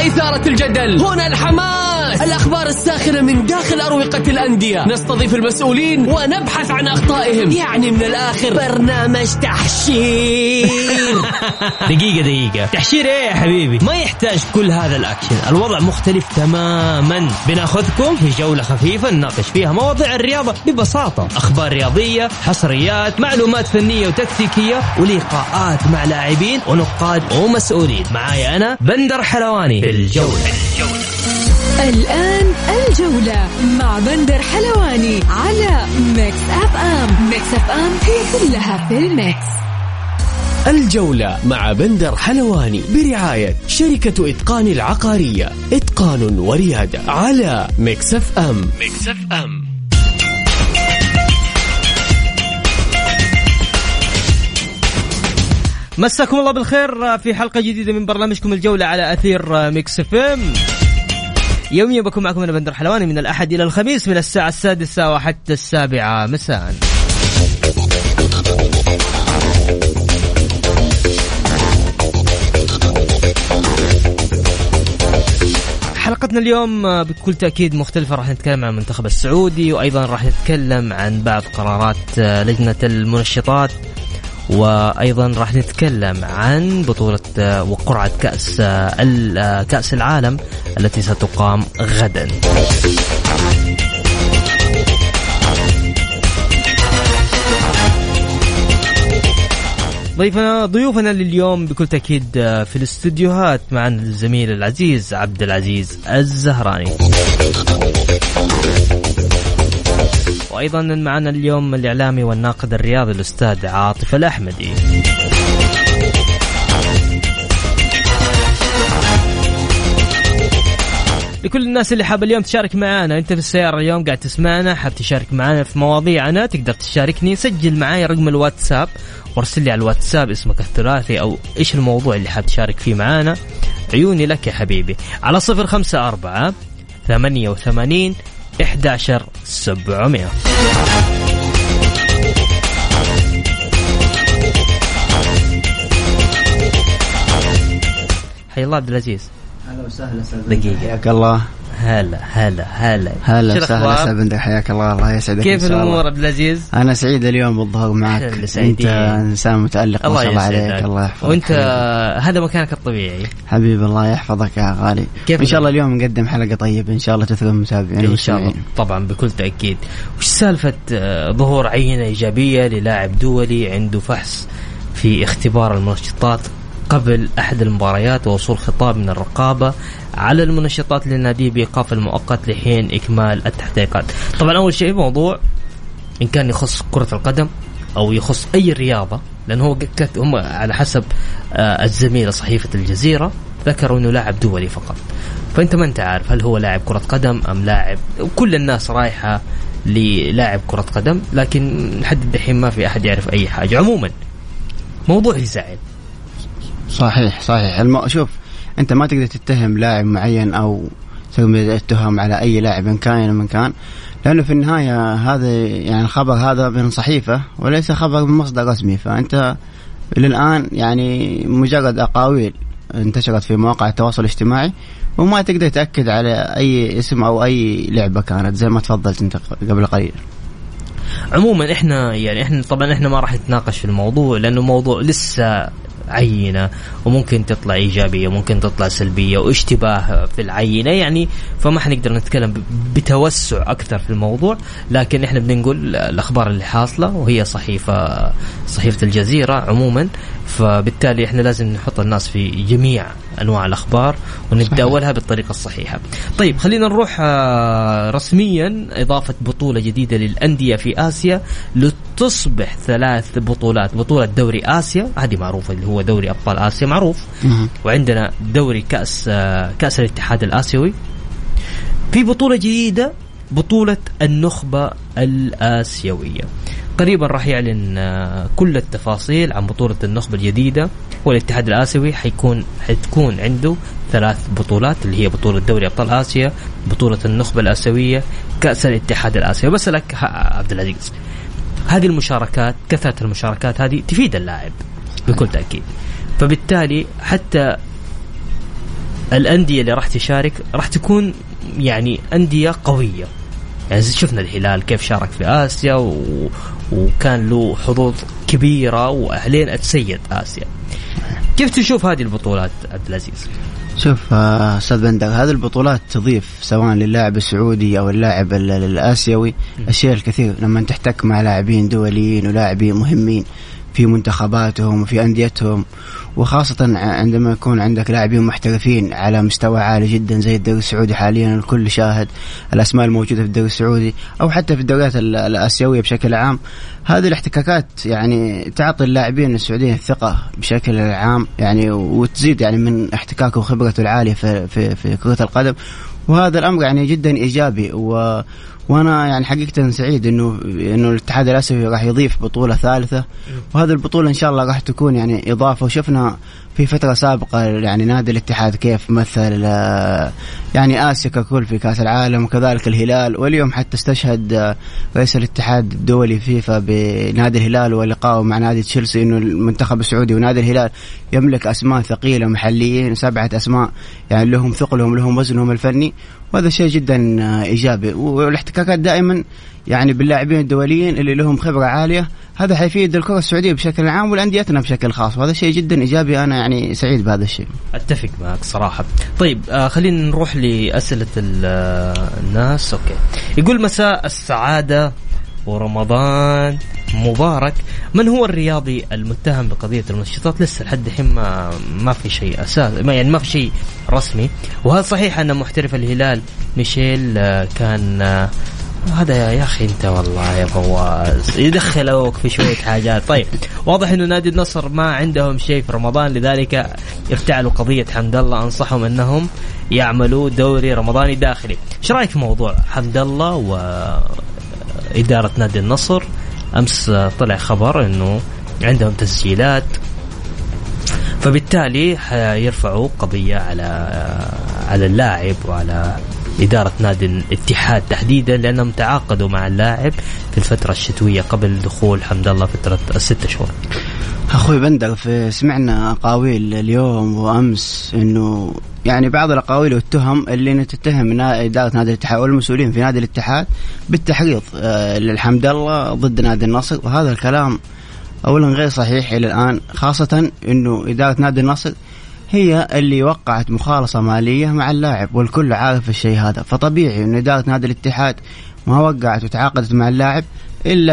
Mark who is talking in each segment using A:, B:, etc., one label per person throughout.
A: إثارة الجدل، هنا الحماس، الأخبار الساخنة من داخل أروقة الأندية، نستضيف المسؤولين ونبحث عن أخطائهم. يعني من الآخر برنامج تحشير.
B: دقيقة تحشير ايه يا حبيبي؟ ما يحتاج كل هذا الأكشن، الوضع مختلف تماما. بناخذكم في جولة خفيفة نناقش فيها مواضيع الرياضة ببساطة، أخبار رياضية، حصريات، معلومات فنية وتكتيكية، ولقاءات مع لاعبين ونقاد ومسؤولين. معايا أنا بندر حلواني في الجولة.
C: الآن الجولة مع بندر حلواني على ميكس أف أم. ميكس أف أم هي كلها في الميكس.
A: الجولة مع بندر حلواني برعاية شركة إتقان العقارية، إتقان وريادة، على ميكس أف أم. ميكس أف أم.
B: مساكم الله بالخير في حلقة جديدة من برنامجكم الجولة على أثير ميكس اف ام. يوميا بكون معكم أنا بندر حلواني من الأحد إلى الخميس من الساعة 6 وحتى 7 مساء. حلقتنا اليوم بكل تأكيد مختلفة، راح نتكلم عن المنتخب السعودي، وأيضا راح نتكلم عن بعض قرارات لجنة المنشطات، وأيضا راح نتكلم عن بطولة وقرعة كأس العالم التي ستقام غدا. ضيوفنا لليوم بكل تأكيد في الاستوديوهات معنا الزميل العزيز عبد العزيز الزهراني، وأيضا معنا اليوم الإعلامي والناقد الرياضي الأستاذ عاطف الأحمدي. لكل الناس اللي حاب اليوم تشارك معنا، أنت في السيارة اليوم قاعد تسمعنا، حاب تشارك معنا في مواضيعنا، تقدر تشاركني، سجل معايا رقم الواتساب وارسل لي على الواتساب اسمك الثلاثي أو إيش الموضوع اللي حاب تشارك فيه معنا، عيوني لك يا حبيبي، على 054 88 11700. حي الله عبد العزيز.
D: هلا وسهلا استاذ.
B: دقيقة،
D: حياك الله.
B: هلا
D: وسهلا استاذ بندر، حياك الله. الله يسعدك.
B: كيف الامور عبد العزيز؟
D: انا سعيد اليوم بالظهور معك، انت انسان متألق ما شاء الله عليك. الله يحفظك.
B: وانت هذا مكانك الطبيعي
D: حبيبي، الله يحفظك يا غالي. ان شاء الله اليوم نقدم حلقة طيبة ان شاء الله تثري المتابعين
B: ان شاء الله. طبعا بكل تأكيد. وش سالفة ظهور عينة إيجابية للاعب دولي عنده فحص في اختبار المنشطات قبل أحد المباريات، ووصول خطاب من الرقابة على المنشطات للنادي بإيقاف المؤقت لحين إكمال التحقيقات؟ طبعا أول شيء موضوع إن كان يخص كرة القدم أو يخص أي رياضة، لأنه هم على حسب الزميل صحيفة الجزيرة ذكروا أنه لاعب دولي فقط، فأنت ما أنت عارف هل هو لاعب كرة قدم أم لاعب، كل الناس رايحة للاعب كرة قدم، لكن لحد الحين ما في أحد يعرف أي حاجة. عموما موضوع يزعل.
D: صحيح. شوف، أنت ما تقدر تتهم لاعب معين أو تسوي التهم على أي لاعب كان من كان، لأنه في النهاية هذا يعني الخبر هذا من صحيفة وليس خبر من مصدر رسمي، فأنت للآن يعني مجرد أقاويل انتشرت في مواقع التواصل الاجتماعي، وما تقدر تأكد على أي اسم أو أي لعبة كانت زي ما تفضلت أنت قبل قليل.
B: عموما احنا طبعا احنا ما راح نتناقش في الموضوع، لأنه موضوع لسه عينة وممكن تطلع إيجابية وممكن تطلع سلبية واشتباه في العينة يعني، فما حنقدر نتكلم بتوسع أكثر في الموضوع، لكن إحنا بنقول الأخبار اللي حاصلة وهي صحيفة الجزيرة عموما، فبالتالي إحنا لازم نحط الناس في جميع أنواع الأخبار ونتداولها بالطريقة الصحيحة. طيب خلينا نروح رسميا إضافة بطولة جديدة للأندية في آسيا لتصبح 3 بطولات، بطولة دوري آسيا هذه معروفة اللي هو دوري أبطال آسيا معروف، وعندنا دوري كأس الاتحاد الآسيوي، في بطولة جديدة بطولة النخبة الآسيوية. قريبا راح يعلن كل التفاصيل عن بطولة النخبة الجديدة، والاتحاد الآسيوي حتكون عنده 3 بطولات اللي هي بطولة دوري أبطال آسيا، بطولة النخبة الآسيوية، كأس الاتحاد الآسيوي. بس لك عبد العزيز، هذه المشاركات، كثرة المشاركات هذه تفيد اللاعب بكل تأكيد، فبالتالي حتى الأندية اللي راح تشارك راح تكون يعني أندية قوية. يعني شفنا الهلال كيف شارك في آسيا وكان له حظوظ كبيرة وأهلين أتسيد آسيا. كيف تشوف هذه البطولات عبد العزيز؟
D: شوف أستاذ بندر، هذه البطولات تضيف سواء للاعب السعودي أو اللاعب الآسيوي الشيء الكثير لما تحتك مع لاعبين دوليين ولاعبين مهمين في منتخباتهم وفي أنديتهم، وخاصة عندما يكون عندك لاعبين محترفين على مستوى عالي جدا زي الدوري السعودي حاليا. الكل شاهد الأسماء الموجودة في الدوري السعودي أو حتى في الدوريات الآسيوية بشكل عام. هذه الاحتكاكات يعني تعطي اللاعبين السعوديين الثقة بشكل عام يعني، وتزيد يعني من احتكاكه وخبرته العالية في كرة القدم، وهذا الأمر يعني جدا إيجابي. وأنا يعني حقيقة سعيد إنه الاتحاد الآسيوي راح يضيف بطولة ثالثة، وهذه البطولة إن شاء الله راح تكون يعني إضافة. وشفنا في فترة سابقة يعني نادي الاتحاد كيف مثل يعني آسيا ككل في كأس العالم، وكذلك الهلال. واليوم حتى استشهد رئيس الاتحاد الدولي فيفا بنادي الهلال ولقائه مع نادي تشيلسي إنه المنتخب السعودي ونادي الهلال يملك أسماء ثقيلة محليين، 7 أسماء يعني لهم ثقلهم لهم وزنهم الفني، وهذا شيء جدا إيجابي. والاحتكاكات دائما يعني باللاعبين الدوليين اللي لهم خبرة عالية، هذا حيفيد الكرة السعودية بشكل عام والأنديتنا بشكل خاص، وهذا شيء جدا إيجابي. أنا يعني سعيد بهذا الشيء.
B: أتفق معك صراحة. طيب خلينا نروح لأسئلة الناس. أوكي، يقول مساء السعادة ورمضان مبارك. من هو الرياضي المتهم بقضية المنشطات؟ لسه لحد الحين ما في شيء أساس، يعني ما في شيء رسمي. وهل صحيح أن محترف الهلال ميشيل كان هذا يا أخي أنت والله يا فواز يدخلوك في شوية حاجات. طيب واضح أنه نادي النصر ما عندهم شيء في رمضان، لذلك ارتعلوا قضية حمد الله، أنصحهم أنهم يعملوا دوري رمضاني داخلي. ايش رايك في موضوع حمد الله وإدارة نادي النصر؟ أمس طلع خبر أنه عندهم تسجيلات، فبالتالي يرفعوا قضية على اللاعب وعلى إدارة نادي الاتحاد تحديدا، لأنهم تعاقدوا مع اللاعب في الفترة الشتوية قبل دخول حمد الله فترة 6 شهور.
D: أخوي بندر، سمعنا أقاويل اليوم وأمس إنه يعني بعض الأقاويل والتهم اللي تتهم إدارة نادي الاتحاد والمسؤولين في نادي الاتحاد بالتحريض للحمد الله ضد نادي النصر، وهذا الكلام أولا غير صحيح إلى الآن، خاصة إنه إدارة نادي النصر هي اللي وقعت مخالصة مالية مع اللاعب والكل عارف الشيء هذا. فطبيعي إن إدارة نادي الاتحاد ما وقعت وتعاقدت مع اللاعب إلا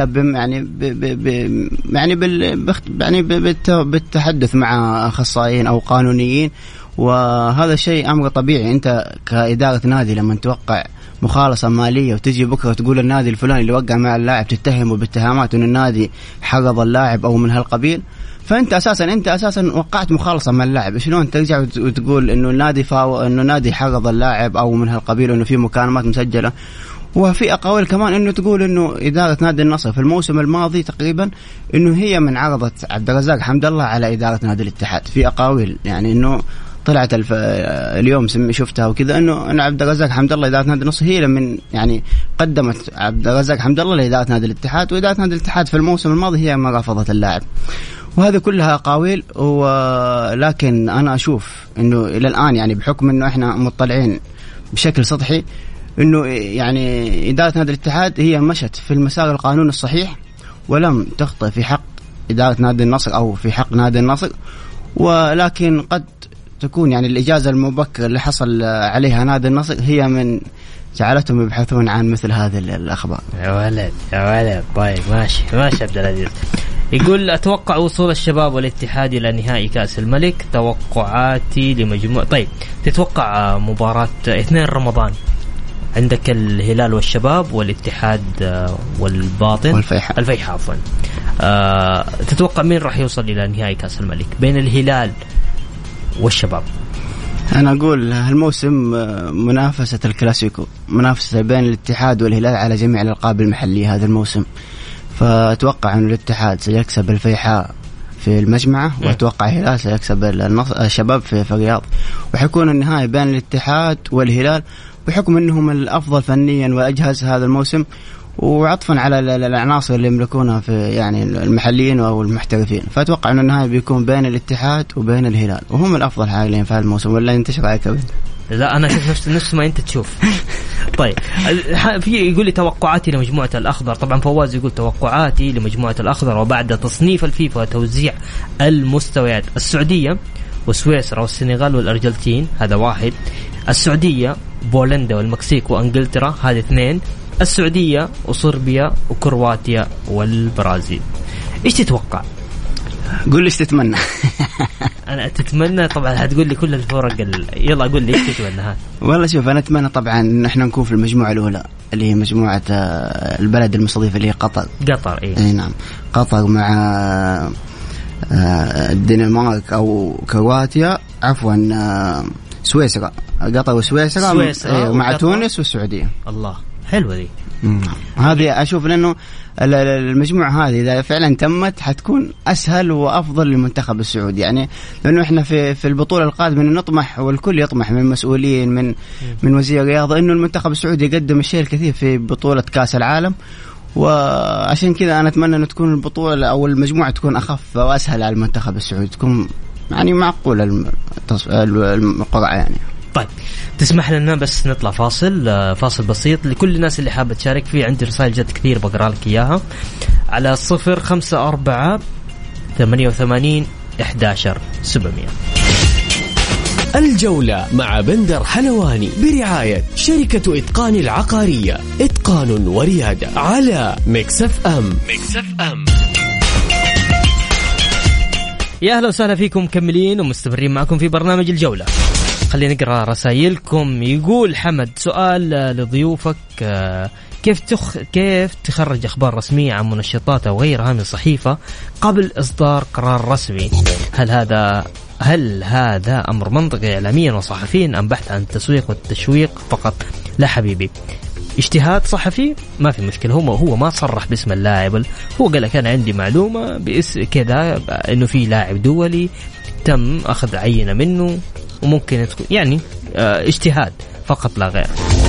D: بالتحدث مع أخصائيين أو قانونيين، وهذا شيء أمر طبيعي. أنت كإدارة نادي لما توقع مخالصة مالية وتجي بكرة تقول النادي الفلاني اللي وقع مع اللاعب تتهمه باتهامات إن النادي حرض اللاعب أو من هالقبيل، فأنت أساسا وقعت مخالصة مع اللاعب. شلون ترجع وتقول إنه النادي حرض اللاعب أو من هالقبيل وإنه في مكالمات مسجلة؟ وفي أقاويل كمان إنه تقول إنه إدارة نادي النصر في الموسم الماضي تقريبا إنه هي من عرضت عبد الرزاق حمد الله على إدارة نادي الاتحاد. في أقاويل يعني إنه طلعت اليوم شفتها وكذا إنه عبد الرزاق حمد الله إدارة نادي النصر هي من يعني قدمت عبد الرزاق حمد الله لإدارة نادي الاتحاد، وإدارة نادي الاتحاد في الموسم الماضي هي ما رفضت اللاعب. وهذه كلها أقاويل، ولكن أنا أشوف إنه إلى الآن يعني بحكم إنه إحنا مطلعين بشكل سطحي إنه يعني إدارة نادي الاتحاد هي مشت في المسار القانوني الصحيح ولم تخطئ في حق إدارة نادي النصر أو في حق نادي النصر، ولكن قد تكون يعني الإجازة المبكرة اللي حصل عليها نادي النصر هي من جعلتهم يبحثون عن مثل هذه الأخبار.
B: يا ولد طيب ماشي عبد العزيز. يقول أتوقع وصول الشباب والاتحاد إلى نهائي كأس الملك. توقعاتي لمجموعة. طيب تتوقع مباراة 2 رمضان عندك الهلال والشباب والاتحاد والباطن الفيحاء عفوا. تتوقع مين راح يوصل إلى نهائي كأس الملك بين الهلال والشباب؟
D: أنا أقول هالموسم منافسة الكلاسيكو، منافسة بين الاتحاد والهلال على جميع الألقاب المحلية هذا الموسم. فأتوقع أن الاتحاد سيكسب الفيحاء في المجمعة، وأتوقع الهلال سيكسب الشباب في الرياض، وحيكون النهائي بين الاتحاد والهلال بحكم أنهم الأفضل فنيا وأجهز هذا الموسم. وعطفا على العناصر اللي يملكونها في يعني المحليين أو المحترفين. فأتوقع أن النهاية بيكون بين الاتحاد وبين الهلال، وهم الأفضل حاليا في هذا الموسم. ولا أنت ايش رأيك؟
B: لا أنا شوف نفس ما أنت تشوف. طيب في يقول لي توقعاتي لمجموعة الأخضر. طبعا فواز يقول توقعاتي لمجموعة الأخضر وبعد تصنيف الفيفا وتوزيع المستويات: السعودية وسويسرا والسنغال والأرجنتين، هذا واحد. السعودية بولندا والمكسيك وأنجلترا، هذا اثنين. السعودية وصربيا وكرواتيا والبرازيل. إيش تتوقع؟
D: قول لي إيش تتمنى.
B: أنا تتمنى طبعا هتقول لي كل الفرق يلا قول لي إيش تتمنى. هذا
D: والله شوف أنا أتمنى طبعا إن إحنا نكون في المجموعة الأولى اللي هي مجموعة البلد المستضيف اللي هي قطر.
B: إيه
D: نعم، قطر مع الدنمارك أو كرواتيا، عفوا سويسرا، قطر وسويسرا مع تونس والسعودية.
B: الله حلوة دي.
D: هذه أشوف لأنه المجموعة هذه إذا فعلا تمت حتكون أسهل وأفضل للمنتخب السعودي، يعني لأنه إحنا في البطولة القادمة نطمح، والكل يطمح من المسؤولين من وزير الرياضة إنه المنتخب السعودي يقدم الشيء الكثير في بطولة كأس العالم. وعشان كذا أنا أتمنى أن تكون البطولة أو المجموعة تكون أخف وأسهل على المنتخب السعودي، تكون يعني معقولة القرعة يعني.
B: طيب تسمح لنا بس نطلع فاصل بسيط. لكل الناس اللي حابة تشارك فيه عندي رسائل جت كثير بقرأ لك إياها على 0548811700.
A: الجولة مع بندر حلواني برعاية شركة إتقان العقارية، إتقان وريادة، على ميكس اف ام.
B: يا أهلا وسهلا فيكم، مكملين ومستمرين معكم في برنامج الجولة. خلينا نقرأ رسائلكم. يقول حمد سؤال لضيوفك: كيف تخرج أخبار رسمية عن منشطات أو غيرها من صحيفة قبل إصدار قرار رسمي؟ هل هذا أمر منطقي إعلاميا وصحفيا أم بحث عن التسويق والتشويق فقط؟ لا حبيبي، اجتهاد صحفي ما في مشكلة. هو ما صرح باسم اللاعب، هو قال لك أنا عندي معلومة كذا إنه في لاعب دولي تم أخذ عينة منه، وممكن تكون يعني اجتهاد فقط لا غير.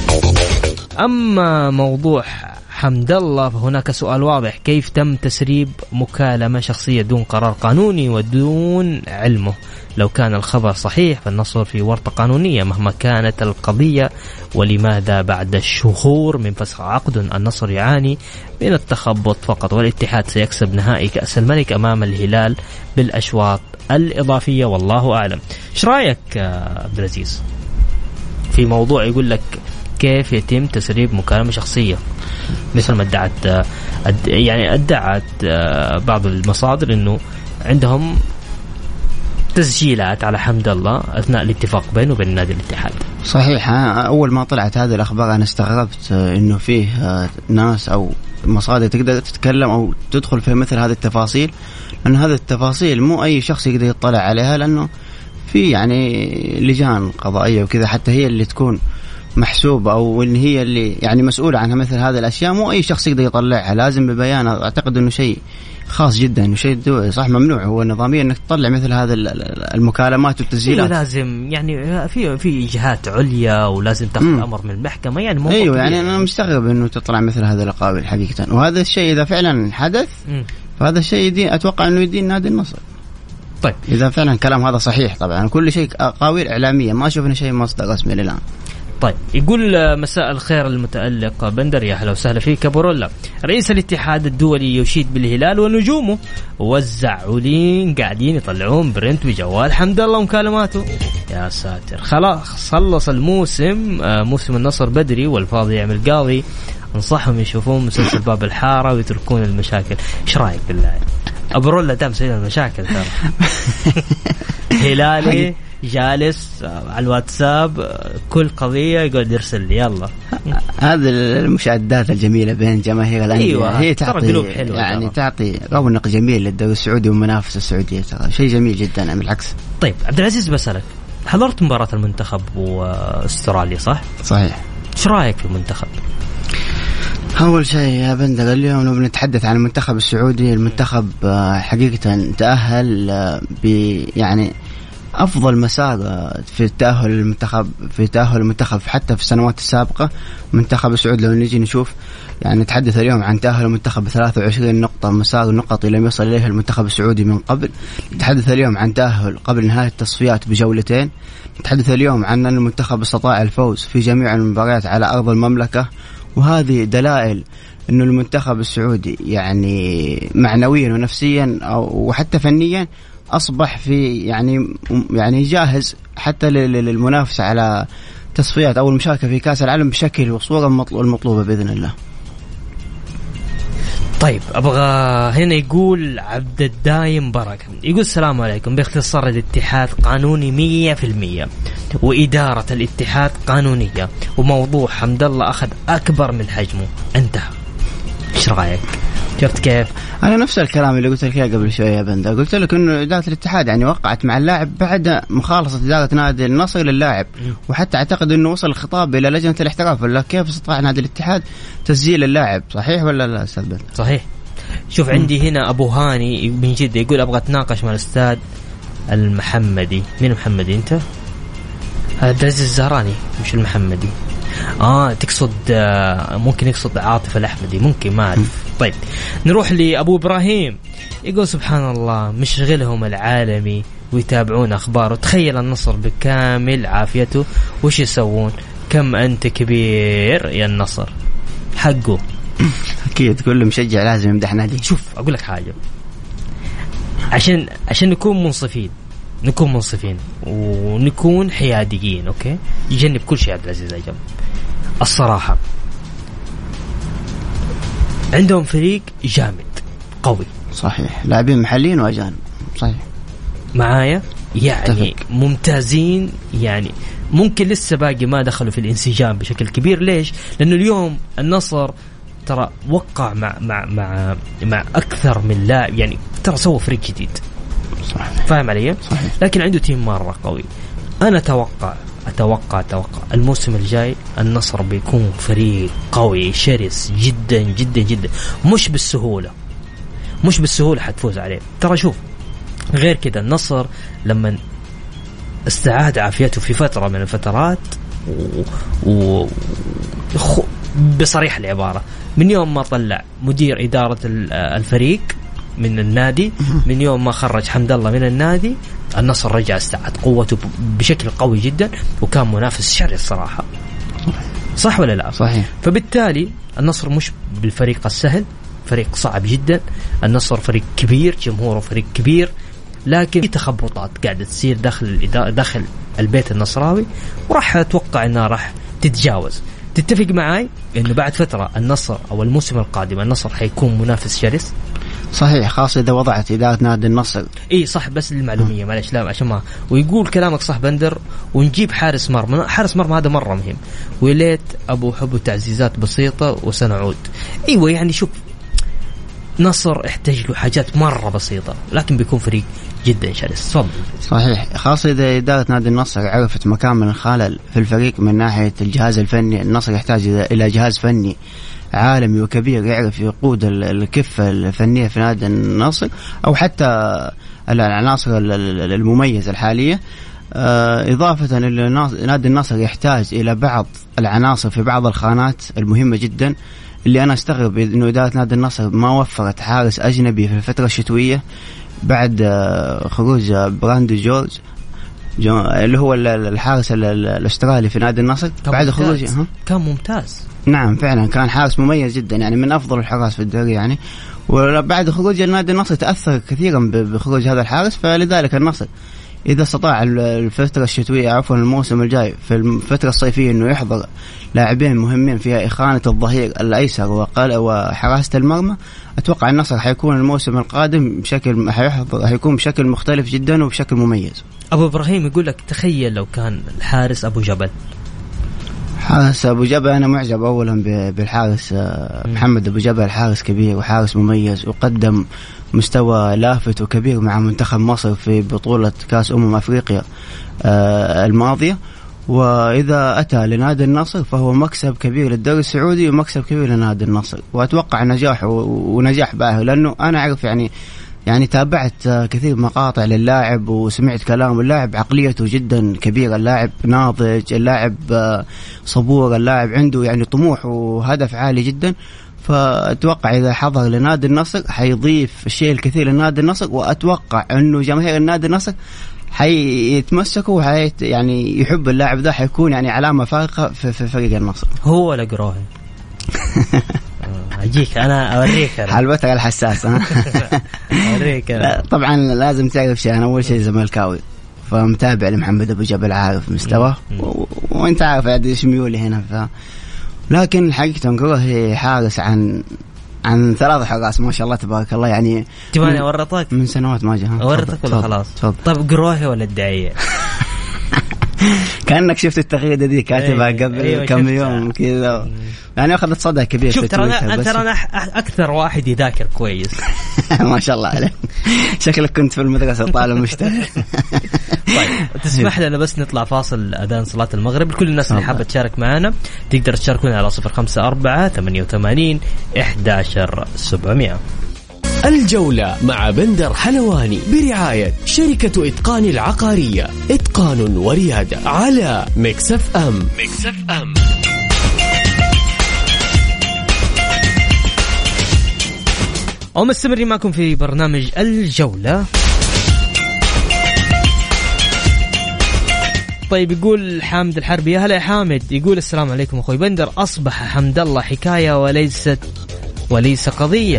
B: أما موضوع حمد الله فهناك سؤال واضح: كيف تم تسريب مكالمة شخصية دون قرار قانوني ودون علمه؟ لو كان الخبر صحيح فالنصر في ورطة قانونية مهما كانت القضية. ولماذا بعد شهور من فسخ عقد النصر يعاني من التخبط فقط، والاتحاد سيكسب نهائي كأس الملك أمام الهلال بالأشواط الإضافية؟ والله أعلم. إيش رأيك عبد العزيز في موضوع يقول لك كيف يتم تسريب مكالمة شخصية، مثل ما ادعت بعض المصادر انه عندهم تسجيلات على حمد الله اثناء الاتفاق بينه وبين نادي الاتحاد؟
D: صحيح، اول ما طلعت هذه الاخبار انا استغربت انه فيه ناس او مصادر تقدر تتكلم او تدخل في مثل هذه التفاصيل، لان هذه التفاصيل مو اي شخص يقدر يطلع عليها، لانه في يعني لجان قضائية وكذا حتى هي اللي تكون محسوبة أو إن هي اللي يعني مسؤولة عنها مثل هذه الأشياء. مو أي شخص يقدر يطلعها، لازم ببيان. أعتقد إنه شيء خاص جدا، إنه شيء صح ممنوع هو نظاميا إنك تطلع مثل هذه المكالمات والتسجيلات.
B: لازم يعني في جهات عليا ولازم تاخذ أمر من المحكمة يعني.
D: أيوة يعني أنا مستغرب إنه تطلع مثل هذا الأقاويل حقيقة. وهذا الشيء إذا فعلا حدث فهذا الشيء أتوقع إنه يدين نادي النصر.
B: طيب
D: إذا فعلا كلام هذا صحيح، طبعا كل شيء أقاويل إعلامية، ما شفنا شيء مصدر رسمي للآن.
B: طيب يقول مساء الخير المتألق بندر، يا أهلا وسهلا فيك بورولا. رئيس الاتحاد الدولي يشيد بالهلال ونجومه، وزعولين قاعدين يطلعون برنت بجوال حمد الله ومكالماته. يا ساتر، خلاص خلص الموسم، موسم النصر بدري والفاضي يعمل قاضي. انصحهم يشوفون مسلسل باب الحارة ويتركون المشاكل. ايش رايك بالله أبو رولا دام سيدنا المشاكل ترى؟ هلالي جالس على الواتساب كل قضية يقول يرسل لي يلا.
D: هذه المشاهدات الجميلة بين جماهير الأندية.
B: أيوة.
D: هي تعطي يعني تعطي رونق جميل للدوري السعودي ومنافسة السعودية، ترى شيء جميل جدا بالعكس.
B: طيب عبد العزيز بسألك، حضرت مباراة المنتخب واستراليا صح؟
D: صحيح.
B: ايش رأيك في المنتخب؟
D: أول شيء يا بندر اليوم لو بنتحدث عن المنتخب السعودي، المنتخب حقيقة تأهل يعني أفضل مسار في تأهل المنتخب حتى في السنوات السابقة منتخب السعود. لو نجي نشوف يعني نتحدث اليوم عن تأهل المنتخب ب 23 نقطة، مسار النقطي لم يصل إليه المنتخب السعودي من قبل. نتحدث اليوم عن تأهل قبل نهاية التصفيات بجولتين. نتحدث اليوم عن أن المنتخب استطاع الفوز في جميع المباريات على أرض المملكة، وهذه دلائل إنه المنتخب السعودي يعني معنويا ونفسيا وحتى فنيا أصبح في يعني جاهز حتى للمنافسة على تصفيات أو المشاركة في كأس العالم بشكل وصورة المطلوبة بإذن الله.
B: طيب أبغى هنا يقول عبد الدايم بركة، يقول السلام عليكم. باختصار الاتحاد قانوني 100%، وإدارة الاتحاد قانونية، وموضوع حمد الله أخذ أكبر من حجمه، انتهى. إيش رأيك؟ شفت كيف؟
D: أنا نفس الكلام اللي قلت لك قبل شوية يا بندر، قلت لك إنه إدارة الاتحاد يعني وقعت مع اللاعب بعد مخالصة إدارة نادي النصر للاعب، وحتى أعتقد إنه وصل الخطاب إلى لجنة الاحتراف. ولا كيف استطاع نادي الاتحاد تسجيل اللاعب؟ صحيح ولا لا أستاذ بندر؟
B: صحيح. شوف عندي هنا أبو هاني من جدة يقول أبغى أتناقش مع الأستاذ المحمدي. مين المحمدي أنت؟ هذا عزيز الزهراني مش المحمدي. تقصد ممكن يقصد عاطف الأحمدي، ممكن ما أعرف. طيب نروح لأبو إبراهيم، يقول سبحان الله مشغلهم العالمي ويتابعون أخباره. تخيل النصر بكامل عافيته وش يسوون؟ كم أنت كبير يا النصر. حقه
D: أكيد كل مشجع لازم يمدح نادي.
B: شوف أقول لك حاجة، عشان نكون منصفين ونكون حياديين، أوكي؟ يجنب كل شيء عبد العزيز أجل. الصراحة عندهم فريق جامد قوي،
D: صحيح، لاعبين محليين وأجانب، صحيح
B: معايا يعني تفك. ممتازين يعني. ممكن لسه باقي ما دخلوا في الانسجام بشكل كبير. ليش؟ لأنه اليوم النصر ترى وقع مع أكثر من لاعب، يعني ترى سوى فريق جديد،
D: صحيح.
B: فاهم علي؟
D: صحيح.
B: لكن عنده تيم مرة قوي. أنا أتوقع الموسم الجاي النصر بيكون فريق قوي شرس جدا جدا جدا، مش بالسهولة حتفوز عليه. ترى شوف غير كده النصر لما استعاد عافيته في فترة من الفترات بصريح العبارة، من يوم ما طلع مدير إدارة الفريق من النادي، من يوم ما خرج حمد الله من النادي، النصر رجع استعاد قوته بشكل قوي جدا، وكان منافس شرس صراحة. صح ولا لا؟
D: صحيح.
B: فبالتالي النصر مش بالفريق السهل، فريق صعب جدا. النصر فريق كبير، جمهوره فريق كبير، لكن في تخبطات قاعدة تصير داخل البيت النصراوي، وراح أتوقع أنها راح تتجاوز. تتفق معاي أنه بعد فترة النصر أو الموسم القادم النصر حيكون منافس شرس؟
D: صحيح، خاصة إذا وضعت إدارة نادي النصر.
B: إيه صح، بس للمعلومية معلش، لا عشان ما ويقول كلامك صح بندر، ونجيب حارس مرمى هذا مرة مهم. وليت أبو حب تعزيزات بسيطة وسنعود. أيوة يعني شوف نصر احتاج له حاجات مرة بسيطة، لكن بيكون فريق جدا شرس. تفضل.
D: صحيح، خاصة إذا إدارة نادي النصر عرفت مكان من الخلل في الفريق من ناحية الجهاز الفني. النصر يحتاج إلى جهاز فني عالمي وكبير يعرف يقود الكفة الفنية في نادي النصر، أو حتى العناصر المميزة الحالية. إضافة إلى نادي النصر يحتاج إلى بعض العناصر في بعض الخانات المهمة جدا، اللي أنا استغرب إنه إدارة نادي النصر ما وفرت حارس أجنبي في الفترة الشتوية بعد خروج براندي جورج اللي هو الحارس الأسترالي في نادي النصر. بعد خروجه
B: كان ممتاز.
D: نعم فعلا كان حارس مميز جدا، يعني من أفضل الحراس في الدوري يعني. وبعد خروج النادي النصر تأثر كثيرا بخروج هذا الحارس، فلذلك النصر إذا استطاع الفترة الشتوية عفوا الموسم الجاي في الفترة الصيفية إنه يحضر لاعبين مهمين فيها إخانة الظهير الأيسر وحراسة المرمى، أتوقع النصر حيكون الموسم القادم حيكون بشكل مختلف جدا وبشكل مميز.
B: أبو إبراهيم يقول لك تخيل لو كان الحارس أبو جبل.
D: حارس أبو جبل أنا معجب أولا بالحارس محمد أبو جبل، حارس كبير وحارس مميز وقدم مستوى لافت وكبير مع منتخب مصر في بطولة كأس أفريقيا الماضية. وإذا أتى لنادي النصر فهو مكسب كبير للدوري السعودي ومكسب كبير لنادي النصر، وأتوقع نجاح ونجاح باهر، لأنه أنا أعرف يعني يعني تابعت كثير مقاطع للاعب وسمعت كلام اللاعب، عقليته جدا كبيرة، اللاعب ناضج، اللاعب صبور، اللاعب عنده يعني طموح وهدف عالي جدا. فأتوقع إذا حضر لنادي النصر حيضيف الشيء الكثير لنادي النصر، وأتوقع أنه جماهير النادي النصر حيتمسكوا يعني يحب اللاعب ذا، حيكون يعني علامة فارقة في فريق النصر.
B: هو ولا قروهي؟ أجيك أنا أوريك
D: حلبتك الحساسة.
B: أوريك أنا.
D: طبعا لازم تعرف شيء، أنا أول شيء زملكاوي، فمتابع لمحمد أبو جبل، عارف مستواه وأنت عارف إيش ميولي هنا. لكن حقيقة قروهي حارس عن 3 حراس ما شاء الله تبارك الله. يعني
B: تبغاني أورطك
D: من سنوات ما جاء.
B: أورطك ولا خلاص؟ طب قروهي ولا الدعية؟
D: كأنك شفت التغريدة دي كاتبها قبل كم يوم كذا، يعني أخذت صدى كبير.
B: شوف ترى أنا أكثر واحد يذاكر كويس.
D: ما شاء الله عليك، شكلك كنت في المدرسة طالب مشتغل.
B: طيب تسمح لنا بس نطلع فاصل أذان صلاة المغرب. لكل الناس اللي حابة تشارك معنا تقدر تشاركونا على 0548811700.
A: الجولة مع بندر حلواني برعاية شركة إتقان العقارية، إتقان وريادة، على ميكس اف ام. ميكس اف ام.
B: ومستمرين معكم في برنامج الجولة. طيب يقول حامد الحربي، يا هلا يا حامد، يقول السلام عليكم أخوي بندر، أصبح حمد الله حكاية وليس قضية.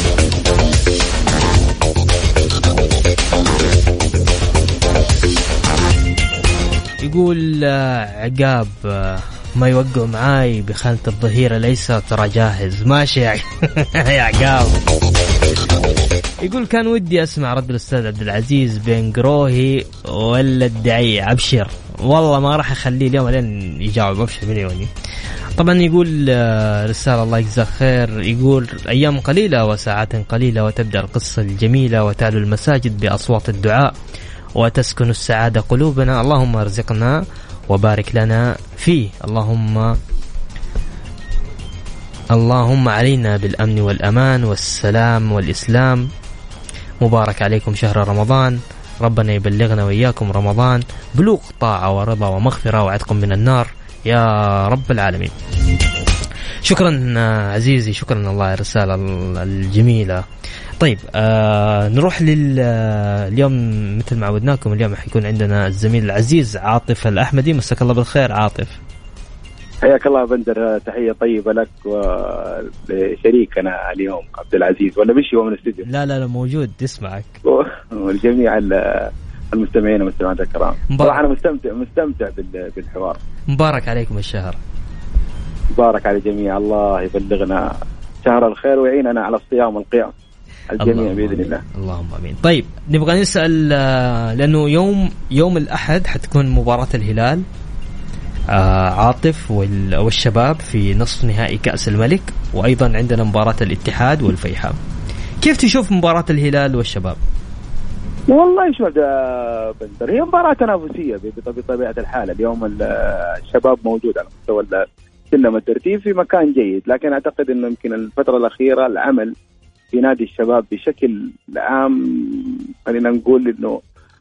B: يقول عقاب ما يوقع معاي بخانة الظهيرة ليس ترى جاهز. ماشي يا عقاب. يقول كان ودي أسمع رد الأستاذ عبد العزيز بين قروهي ولا الدعية. أبشر والله ما راح أخليه اليوم لين يجاوب، أبشر مليوني. طبعا يقول رسالة الله يجزاه خير، يقول أيام قليلة وساعات قليلة وتبدأ القصة الجميلة وتعلو المساجد بأصوات الدعاء وتسكن السعادة قلوبنا. اللهم ارزقنا وبارك لنا فيه. اللهم علينا بالأمن والأمان والسلام والإسلام. مبارك عليكم شهر رمضان، ربنا يبلغنا وإياكم رمضان بلوغ طاعة ورضا ومغفرة وعتق من النار يا رب العالمين. شكرا عزيزي، شكرا الله على الرسالة الجميلة. طيب نروح اليوم مثل ما عودناكم، اليوم حيكون عندنا الزميل العزيز عاطف الأحمدي. مساك الله بالخير عاطف.
E: حياك الله بندر، تحية طيبة لك ولشريكنا اليوم عبد العزيز، ولا مشي هو من الاستديو؟
B: لا موجود يسمعك.
E: والجميع المستمعين والمستمعات الكرام، صراحة أنا مستمتع بالحوار.
B: مبارك عليكم الشهر.
E: مبارك على الجميع، الله يبلغنا شهر الخير ويعيننا على الصيام والقيام الجميع بإذن الله.
B: اللهم آمين. طيب نبغى نسأل لأنه يوم الأحد حتكون مباراة الهلال عاطف والشباب في نصف نهائي كأس الملك، وأيضا عندنا مباراة الاتحاد والفيحاء. كيف تشوف مباراة الهلال والشباب؟
E: والله شو بندر، هي مباراة تنافسية بطبيعة الحال. اليوم الشباب موجود على مستوى سلم الترتيب في مكان جيد، لكن أعتقد أنه يمكن الفترة الأخيرة العمل في نادي الشباب بشكل عام خلينا نقول أنه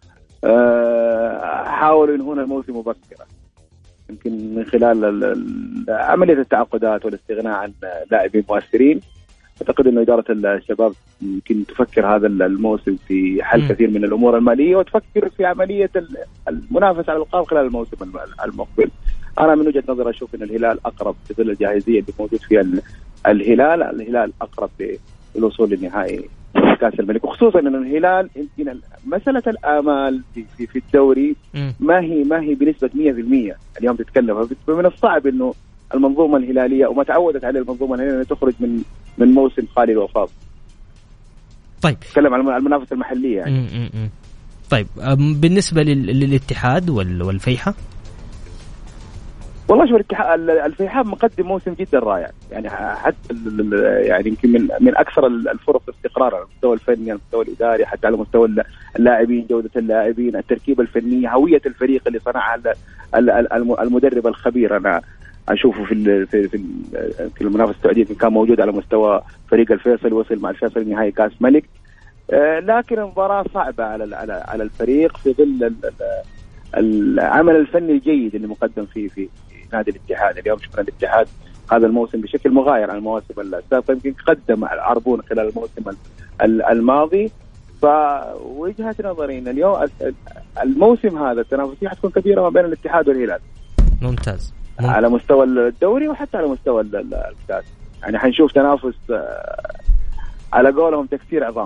E: حاولوا ينهون الموسم مبكرا، يمكن من خلال عملية التعاقدات والاستغناء عن لاعبين مؤثرين. أعتقد أن إدارة الشباب يمكن تفكر هذا الموسم في حل كثير من الأمور المالية، وتفكر في عملية المنافسة على الألقاب خلال الموسم المقبل. أنا من وجهة نظري أشوف أن الهلال أقرب في ظل الجاهزية اللي موجود فيها الهلال أقرب للوصول للنهائي كأس الملك، وخصوصا أن الهلال يمكن مسألة الآمال في الدوري ما هي بنسبة 100%. اليوم تتكلم من الصعب أنه المنظومة الهلالية وما تعودت عليه المنظومة الهلالية تخرج من موسم خالي الوفاض.
B: طيب
E: تتكلم عن المنافسة المحلية يعني.
B: طيب بالنسبة للاتحاد والفيحاء،
E: والله شوف الفيحاء مقدم موسم جدا رائع، يعني حتى يعني يمكن من اكثر الفرص استقرارا على المستوى الفني، على المستوى الاداري، حتى على مستوى اللاعبين، جوده اللاعبين، التركيبه الفنيه، هويه الفريق اللي صنعها المدرب الخبير. انا اشوفه في المنافسه السعوديه كان موجود على مستوى فريق الفيصل، وصل مع الفيصل نهائي كاس ملك. لكن المباراة صعبة على الفريق في ظل العمل الفني الجيد اللي مقدم في نادي الاتحاد. اليوم شفنا الاتحاد هذا الموسم بشكل مغاير عن المواسم السابقة، يمكن قدم عربون خلال الموسم الماضي. فوجهة نظري ان اليوم الموسم هذا التنافسية حتكون كبيرة ما بين الاتحاد والهلال.
B: ممتاز.
E: على مستوى الدوري وحتى على مستوى الكاس، يعني حنشوف تنافس على قولهم تكسير عظام.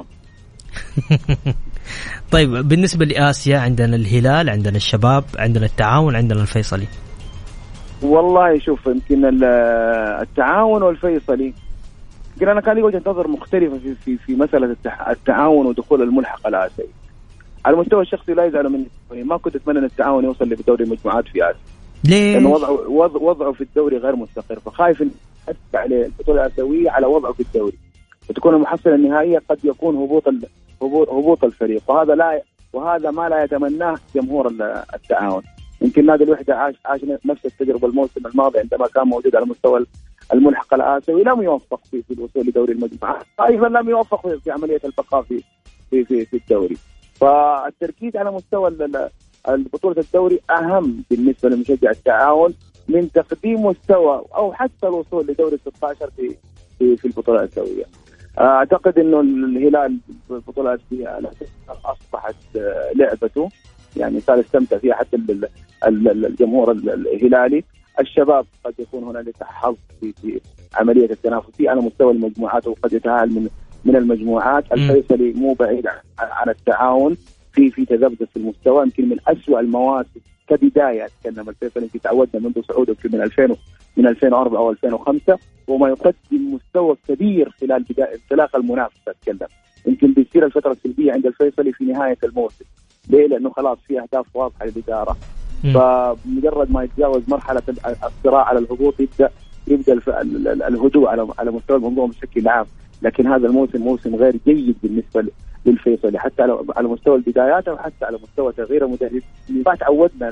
B: طيب بالنسبة لآسيا عندنا الهلال، عندنا الشباب، عندنا التعاون، عندنا الفيصلي.
E: والله شوف يمكن التعاون والفيصلي يمكن أنا كان لي وجهة نظر مختلفة في مسألة التعاون ودخول الملحق الآسيوي. على المستوى الشخصي لا يزعلوا مني، ما كنت أتمنى أن التعاون يوصل لدوري المجموعات في آسيا.
B: ليه؟
E: لأنه وضعه في الدوري غير مستقر، فخايف أن أتبع عليه البطولة الآسيوية على وضعه في الدوري، وتكون المحصلة النهائية قد يكون هبوط الفريق، وهذا ما لا يتمناه جمهور التعاون. يمكن نادي الوحدة عاش نفس التجربة الموسم الماضي عندما كان موجود على مستوى الملحق الآسيوي، لم يوفق في الوصول لدوري المجموعات، أيضا لم يوفق في عملية البقاء في الدوري. فالتركيز على مستوى البطولة الدوري أهم بالنسبة لمشجع التعاون من تقديم مستوى أو حتى الوصول لدوري 16 في البطولة الآسيوية. أعتقد إنه الهلال البطولة الآسيوية أصبحت لعبته، يعني صار يستمتع فيها حتى الجمهور الهلالي. الشباب قد يكون هنالك حظ في عملية التنافسية على مستوى المجموعات وقد يتأهل من المجموعات. الفيصلي مو بعيد عن التعاون في تذبذب في المستوى، يمكن من أسوأ المواسم كبداية. أتكلم الفيصلي يمكن تعودنا منذ صعوده من 2004 أو 2005 وما يقدم مستوى كبير خلال بداية انطلاق المنافسة. أتكلم يمكن بيصير الفترة السلبية عند الفيصلي في نهاية الموسم. ليه؟ لأنه خلاص في أهداف واضحة للإدارة، فمجرد ما يتجاوز مرحلة الصراع على الهبوط يبدأ الهدوء على مستوى المنظومة بشكل عام. لكن هذا الموسم موسم غير جيد بالنسبة للفيصلي، حتى على مستوى البدايات وحتى على مستوى تغيير المدرب. ما تعودنا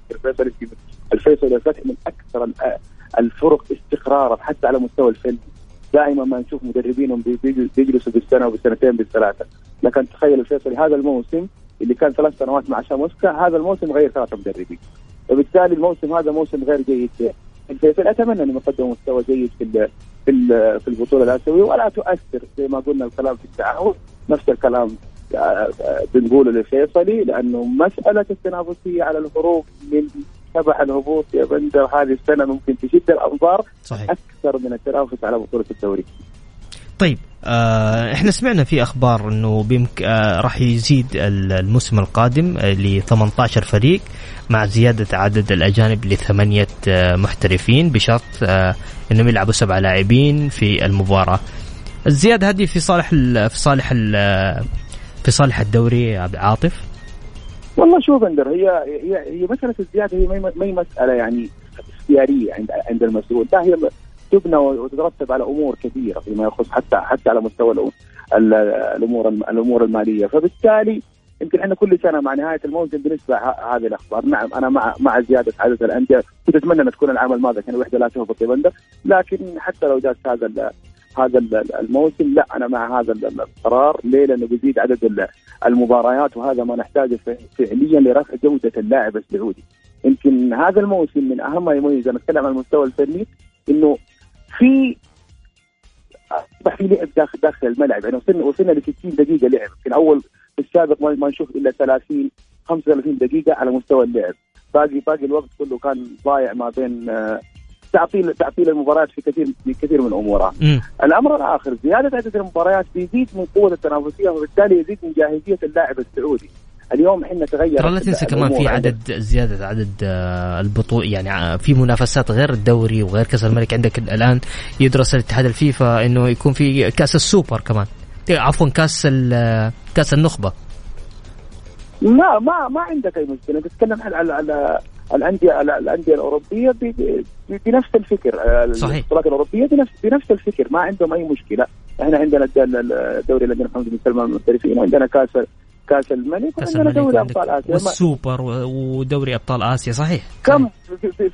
E: الفيصلي من أكثر الفرق استقرارا حتى على مستوى الفني. دائما ما نشوف مدربينهم بيجلسوا بالسنة وبالسنتين بالثلاثة، لكن تخيل الفيصلي هذا الموسم اللي كان 3 سنوات مع شاموسكا، هذا الموسم غير 3 مدربين، وبالتالي الموسم هذا موسم غير جيد. الفيصلي أتمنى أن يقدم مستوى جيد في البطولة الآسيوية ولا تؤثر زي ما قلنا الكلام في التعاون، نفس الكلام بنقوله للفيصلي، لأنه مسألة التنافسية على الهروب من تبع الهبوط يا بندر هذه السنة ممكن تشد الأنظار أكثر من التنافس على بطولة الدوري.
B: طيب احنا سمعنا في اخبار انه راح يزيد الموسم القادم ل 18 فريق مع زيادة عدد الاجانب ل8 محترفين بشرط انهم يلعبوا 7 لاعبين في المباراة. الزيادة هذه في صالح الدوري عاطف.
E: والله شوف بندر، هي مسألة الزيادة هي ما هي مسألة يعني اختيارية عند المسؤول، لا هي تبنى وتترتب على امور كثيره فيما يخص حتى على مستوى الامور الماليه. فبالتالي يمكن احنا كل سنه مع نهايه الموسم بنسمع هذه الاخبار. نعم انا مع زياده عدد الانديه، كنت اتمنى ان تكون العام الماضي كان الوحده لا تهبط يا بندر، لكن حتى لو جاء هذا الموسم لا انا مع هذا القرار. ليه؟ لانه بيزيد عدد المباريات وهذا ما نحتاجه فعليا لرفع جوده اللاعب السعودي. يمكن هذا الموسم من اهم ما يميز، انا اتكلم عن المستوى الفني، انه في لعب داخل الملعب. يعني وصلنا ل 60 دقيقة لعب. في الأول في السابق ما نشوف إلا 35 دقيقة على مستوى اللعب. باقي الوقت كله كان ضايع ما بين تعطيل المباريات في كثير من أمورها. الأمر الآخر زيادة عدد المباريات بيزيد من قوة التنافسية وبالتالي يزيد من جاهزية اللاعب السعودي. اليوم احنا تغير.
B: ترى لا تنسى كمان في زيادة عدد البطولة، يعني في منافسات غير الدوري وغير كأس الملك. عندك الآن يدرس الاتحاد الفيفا إنه يكون في كأس السوبر كمان، عفوا كأس النخبة.
E: ما عندك أي مشكلة. تتكلم على الأندية الأوروبية بنفس الفكر. البطولات الأوروبية بنفس الفكر، ما عندهم أي مشكلة. احنا عندنا الدوري الذي محمد بن سلمان المحترفين، وعندنا كاس الملك، وعندنا دوري أبطال آسيا
B: والسوبر ودوري أبطال آسيا. صحيح.
E: كم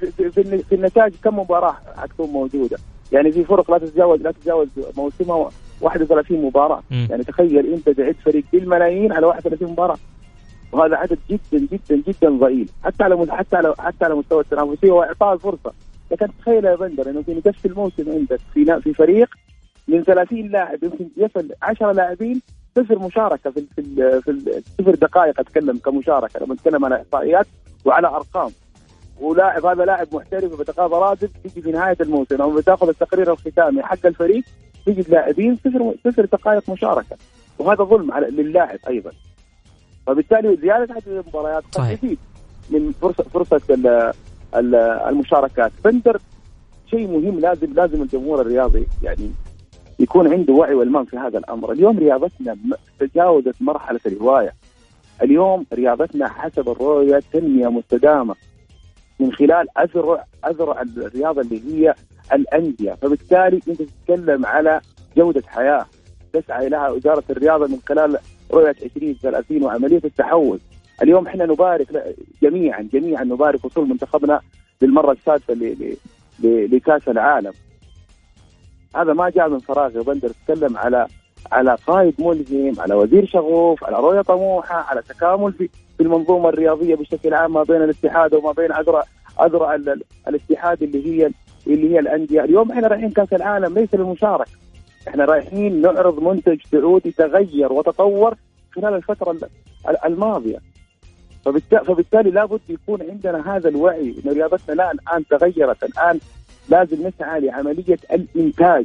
E: في النتائج كم مباراة حتكون موجودة؟ يعني في فرق لا تتجاوز موسمها 31 مباراة. يعني تخيل أنت تعد فريق بالملايين على 31 مباراة، وهذا عدد جدا جدا جدا ضئيل حتى على مستوى التنافسية وإعطاء الفرصة. لكن تخيل يا بندر إنه في نفس الموسم عندك في فريق من 30 لاعب يمكن يصل 10 لاعبين صفر مشاركة في 0 دقائق. أتكلم كمشاركة، لما نتكلم على إحصائيات وعلى أرقام. ولاعب هذا لاعب محترف وبتقاضى راتب، تيجي في نهاية الموسم أو بتاخذ التقرير الختامي حق الفريق تجد لاعبين 0 دقائق مشاركة، وهذا ظلم للاعب أيضا. فبالتالي زيادة عدد المباريات قد تزيد من فرصة المشاركات. بندر شيء مهم، لازم الجمهور الرياضي يعني يكون عنده وعي والمام في هذا الأمر. اليوم رياضتنا تجاوزت مرحلة الهواية. اليوم رياضتنا حسب الرؤية تنمية مستدامة من خلال أذرع الرياضة اللي هي الأندية. فبالتالي أنت تتكلم على جودة حياة تسعى لها وزارة الرياضة من خلال رؤية 2030 وعملية التحول. اليوم احنا نبارك جميعا نبارك وصول منتخبنا للمرة السادسة لكأس العالم. هذا ما جاء من فراغ يا بندر. تتكلم على قائد ملهم، على وزير شغوف، على رؤية طموحة، على تكامل في المنظومة الرياضية بشكل عام ما بين الاتحاد وما بين أذرع الاتحاد اللي هي الأندية. اليوم احنا رايحين كأس العالم ليس للمشاركة، احنا رايحين نعرض منتج سعودي تغير وتطور خلال الفترة الماضية. فبالتالي لابد يكون عندنا هذا الوعي ان رياضتنا الآن تغيرت، الآن لازم نسعى لعملية الإنتاج.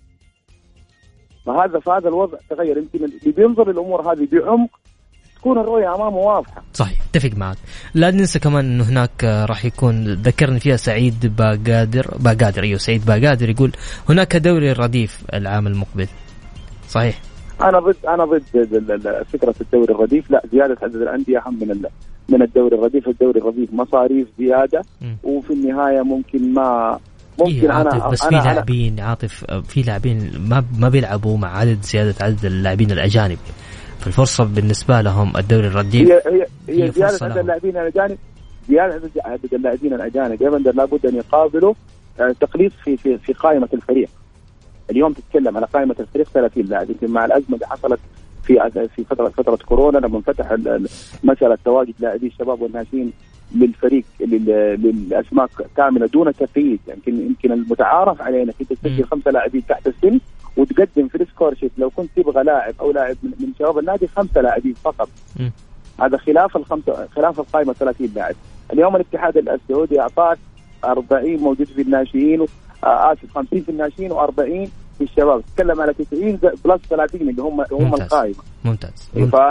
E: فهذا الوضع تغير. يمكن اللي بينظر للأمور هذه بعمق تكون الرؤية أمامه واضحة.
B: صحيح، اتفق معك. لا ننسى كمان إنه هناك راح يكون ذكرني فيها سعيد باقادر أيوه سعيد باقادر يقول هناك دوري الرديف العام المقبل. صحيح.
E: أنا ضد فكرة الدوري الرديف. لا، زيادة عدد الأندية أهم من الدوري الرديف. الدوري الرديف مصاريف زيادة، وفي النهاية ممكن
B: أنا بس في لاعبين عاطف، في لاعبين ما بيلعبوا مع زيادة عدد اللاعبين الأجانب، فالفرصة بالنسبة لهم الدوري الرديف
E: هي زيادة عدد اللاعبين الأجانب. زيادة عدد اللاعبين الأجانب لابد أن يقابلوا تقليص في قائمة الفريق. اليوم تتكلم على قائمة الفريق 30 لاعب. يمكن مع الأزمة اللي حصلت في فترة كورونا لما انفتح مسألة تواجد لاعبي الشباب والناشئين للفريق للأسماء كاملة دون تقييد. يمكن المتعارف عليه انك انت تسجل 5 لاعبين تحت السن وتقدم في السكور شيت لو كنت تبغى لاعب او لاعب من شباب النادي 5 لاعبين فقط. هذا خلاف القائمة 30 لاعب. اليوم الاتحاد السعودي اعطاك 40 موجود في الناشئين 50 في الناشئين و40 في الشباب. تتكلم على 90 بلس 30 اللي هم القائمة.
B: ممتاز.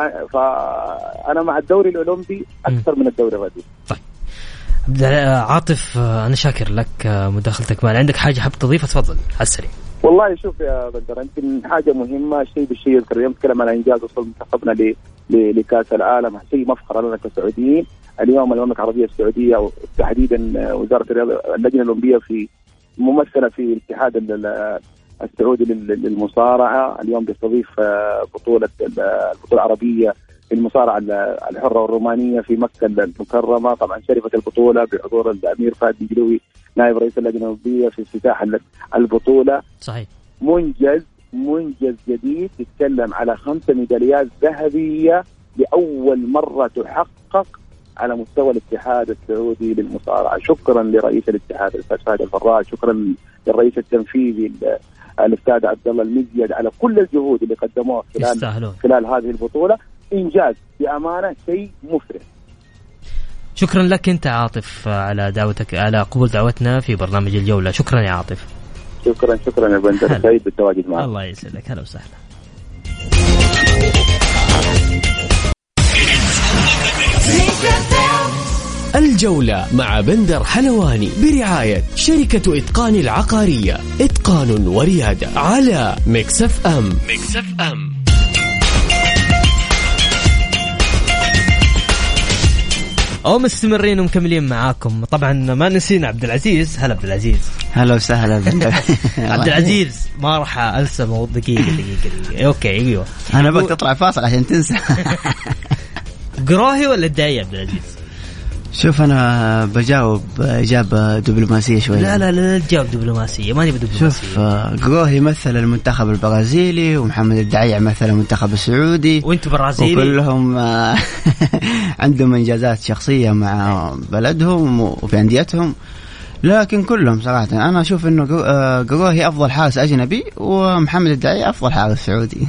E: فأنا مع الدوري الأولمبي أكثر من الدوري الرديف.
B: طيب عاطف، أنا شاكر لك مداخلتك معنا. عندك حاجة حاب تضيفها؟ تفضل على السريع.
E: والله شوف يا بدر، يمكن حاجة مهمة الشيء بالشيء يذكر. اليوم نتكلم على إنجاز وصول منتخبنا لكأس العالم، شيء مفخر لنا كسعوديين. اليوم المملكة العربية السعودية وتحديدا وزارة الرياضة اللجنة الأولمبية في ممثلة في الاتحاد السعودي للمصارعة اليوم بيستضيف البطولة العربية للمصارعة الحرة والرومانية في مكة المكرمة. طبعا شرفت البطولة بحضور الأمير فهد بن جلوي نائب رئيس اللجنة الأولمبية في افتتاح البطولة.
B: صحيح.
E: منجز جديد. تتكلم على 5 ميداليات ذهبية لأول مرة تحقق على مستوى الاتحاد السعودي للمصارعة. شكرا لرئيس الاتحاد الأستاذ فهد الفراج، شكرا للرئيس التنفيذي الأستاذ عبد الله المزيد على كل الجهود اللي قدموها خلال هذه البطولة. إنجاز بأمانة، شيء مفرح.
B: شكرا لك أنت عاطف على دعوتك، على قبول دعوتنا في برنامج الجولة. شكرا يا عاطف.
E: شكرا يا بندر، سعيد بالتواجد معك.
B: الله يسعدك، هلا وسهلا.
A: الجولة مع بندر حلواني برعاية شركة إتقان العقارية، إتقان وريادة، على ميكس اف ام.
B: مستمرين ومكملين معاكم. طبعا ما نسينا عبد العزيز. هلا عبد العزيز.
D: هلا وسهلا بندر.
B: عبد العزيز ما راح انسى دقيقة. اوكي ايوه،
D: انا بك تطلع فاصل عشان تنسى.
B: قراهي ولا الداعي عبد العزيز؟
D: شوف أنا بجاوب إجابة دبلوماسية شوية.
B: لا تجاوب دبلوماسية، ماني بدبلوماسية.
D: شوف جروهي مثل المنتخب البرازيلي، ومحمد الدعيع مثل المنتخب السعودي،
B: وانت برازيلي،
D: وكلهم عندهم إنجازات شخصية مع بلدهم وفي أنديتهم، لكن كلهم صراحة أنا أشوف إنه جروهي أفضل حارس أجنبي، ومحمد الدعيع أفضل حارس سعودي.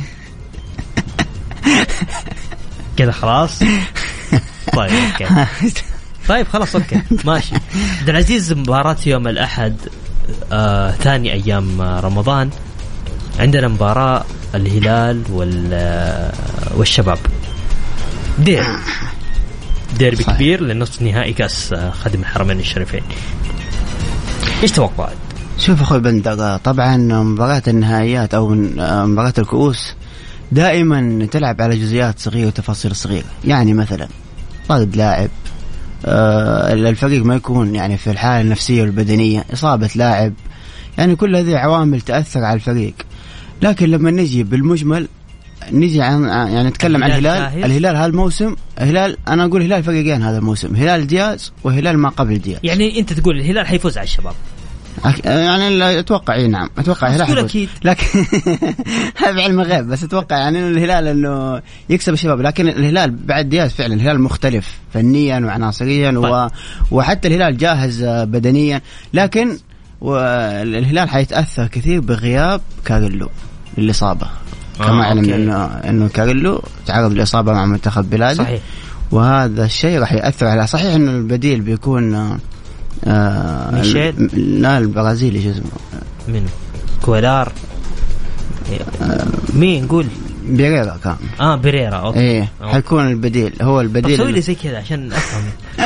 B: كذا خلاص. طيب أوكي. طيب خلاص أوكي ماشي. عبد العزيز، مباراة يوم الأحد ثاني أيام رمضان، عندنا مباراة الهلال والشباب، ديربي كبير لنصف نهائي كأس خادم الحرمين الشريفين. إيش توقعت؟
D: شوف أخوي بندر، طبعا مباراة النهائيات أو مباراة الكؤوس دائما تلعب على جزئيات صغيرة وتفاصيل صغيرة. يعني مثلا طرد لاعب، الفريق ما يكون يعني في الحالة النفسية والبدنية، إصابة لاعب، يعني كل هذه عوامل تأثر على الفريق. لكن لما نجي بالمجمل نجي يعني نتكلم عن الهلال هالموسم. الهلال أنا أقول الهلال فريقين هذا الموسم، هلال دياز وهلال ما قبل دياز.
B: يعني أنت تقول الهلال حيفوز على الشباب؟
D: يعني أتوقع نعم، أتوقع الهلال
B: أكيد.
D: لكن هذا علم غيب، بس أتوقع يعني إنه الهلال إنه يكسب الشباب. لكن الهلال بعد دياز فعلا الهلال مختلف فنيا وعناصريا وحتى الهلال جاهز بدنيا، لكن والهلال حيتأثر كثير بغياب كاريلو للإصابة. كما علمنا إنه كاريلو تعرض للإصابة مع منتخب بلاده. صحيح. وهذا الشيء راح يأثر على، صحيح إنه البديل بيكون لا البرازيلي جزء
B: من كولار، مين نقول
D: بيريرا كان
B: بيريرا. أوكي.
D: إيه حيكون البديل، هو البديل.
B: سوي لي زي كذا عشان أفهم.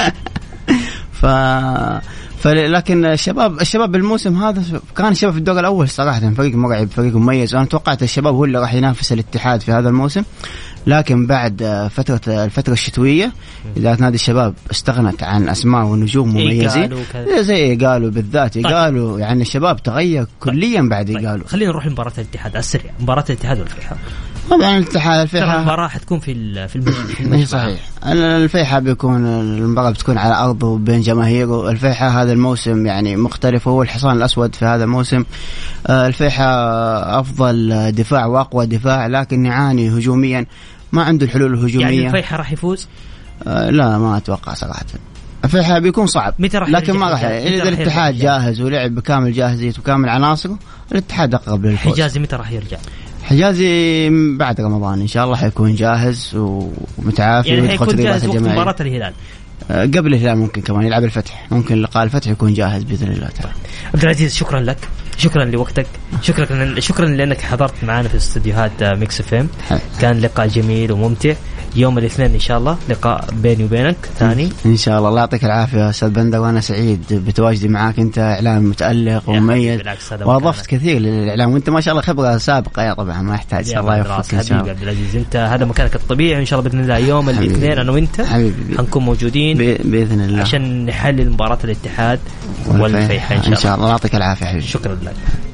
D: لكن الشباب بالموسم هذا كان الشباب في الدور الأول صراحة فريق مرعب، فريق مميز. أنا توقعت الشباب هو اللي راح ينافس الاتحاد في هذا الموسم، لكن بعد الفترة الشتوية إذا نادي الشباب استغنت عن أسماء ونجوم مميزين زي قالوا بالذات قالوا، يعني الشباب تغير كليا بعد قالوا.
B: خلينا نروح لمباراة الاتحاد على السريع. مباراة الاتحاد والفيحاء،
D: طبعا الفيحاء
B: المباراة حتكون في
D: المجمع. صحيح. الفيحاء بيكون المباراة بتكون على أرضه بين جماهيره. الفيحاء هذا الموسم يعني مختلف، هو الحصان الأسود في هذا الموسم. الفيحاء أفضل دفاع وأقوى دفاع، لكن يعاني هجوميا، ما عنده الحلول الهجومية.
B: يعني الفيحاء راح يفوز؟
D: لا ما أتوقع صراحة. الفيحاء بيكون صعب، لكن ما راح. إذا الاتحاد جاهز ولعب بكامل جاهزيته وكامل عناصره الاتحاد أقرب للفوز.
B: حجازي متى راح يرجع؟
D: حجازي بعد رمضان إن شاء الله حيكون جاهز ومتعافي،
B: يعني حيكون جاهز وقت مباراة الهلال.
D: قبل الهلال ممكن كمان يلعب الفتح، ممكن لقاء الفتح يكون جاهز بإذن الله تعالى.
B: عبد العزيز شكرا لك، شكرا لوقتك، شكرا لأنك حضرت معنا في استديوهات ميكس اف ام. كان لقاء جميل وممتع. يوم الاثنين إن شاء الله لقاء بيني وبينك ثاني
D: إن شاء الله. الله يعطيك العافية أستاذ بندر، وأنا سعيد بتواجدي معاك. أنت إعلام متألق ومميز، وأضفت كثير للإعلام، وأنت ما شاء الله خبرة سابقة. يا طبعا ما يحتاج. الله يوفقك إن شاء الله. عبد
B: العزيز أنت هذا مكانك الطبيعي، وإن شاء الله بإذن الله يوم الاثنين أنا وأنت حنكون موجودين
D: بإذن الله
B: عشان نحلل مباراة الاتحاد والفيحاء إن شاء الله.
D: الله يعطيك العافية حبيبي.
B: شكرا لك.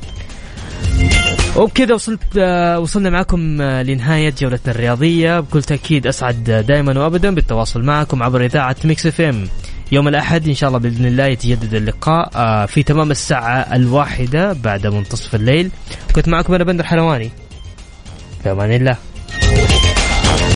B: وبكذا وصلنا معكم لنهاية جولتنا الرياضية. بكل تأكيد أسعد دائما وأبدا بالتواصل معكم عبر إذاعة ميكس اف ام. يوم الأحد إن شاء الله بإذن الله يتجدد اللقاء في تمام الساعة 1 بعد منتصف الليل. كنت معكم أنا بندر حلواني، في أمان الله.